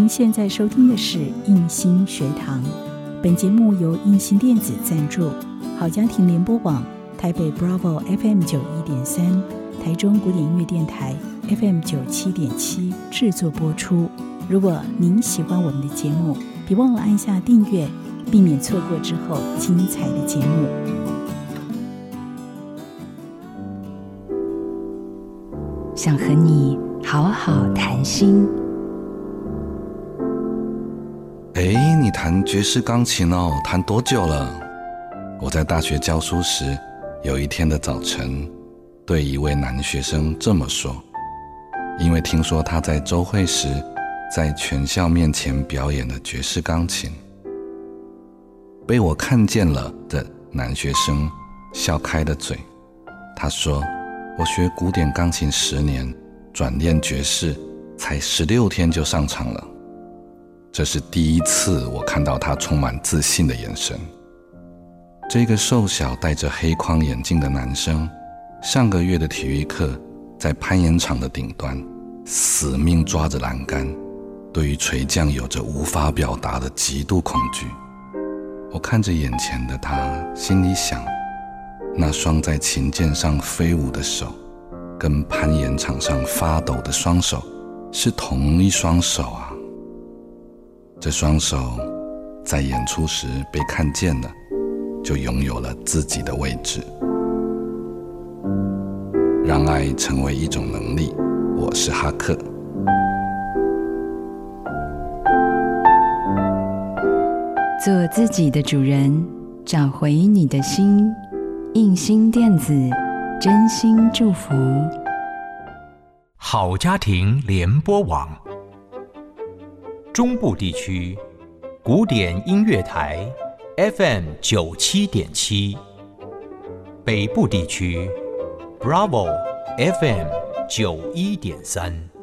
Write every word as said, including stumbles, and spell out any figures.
现在收听的是映心学堂，本节目由映心电子赞助，好家庭联播网台北 Bravo F M 九一点三，台中古典音乐电台 F M 九七点七制作播出。如果您喜欢我们的节目，别忘了按下订阅，避免错过之后精彩的节目。 想和你好好谈心。 哎，你弹爵士钢琴哦，弹多久了？我在大学教书时，有一天的早晨，对一位男学生这么说，因为听说他在周会时，在全校面前表演了爵士钢琴。被我看见了的男学生笑开了嘴，他说，我学古典钢琴十年，转练爵士才十六天就上场了。这是第一次我看到他充满自信的眼神。这个瘦小戴着黑框眼镜的男生，上个月的体育课在攀岩场的顶端死命抓着栏杆，对于垂降有着无法表达的极度恐惧。我看着眼前的他，心里想，那双在琴键上飞舞的手跟攀岩场上发抖的双手是同一双手啊。这双手在演出时被看见了，就拥有了自己的位置。让爱成为一种能力，我是哈克。 做自己的主人，找回你的心。映心电子，真心祝福。 好家庭联播网，中部地区古典音乐台 F M 九七点七，北部地区 Bravo F M 九一点三。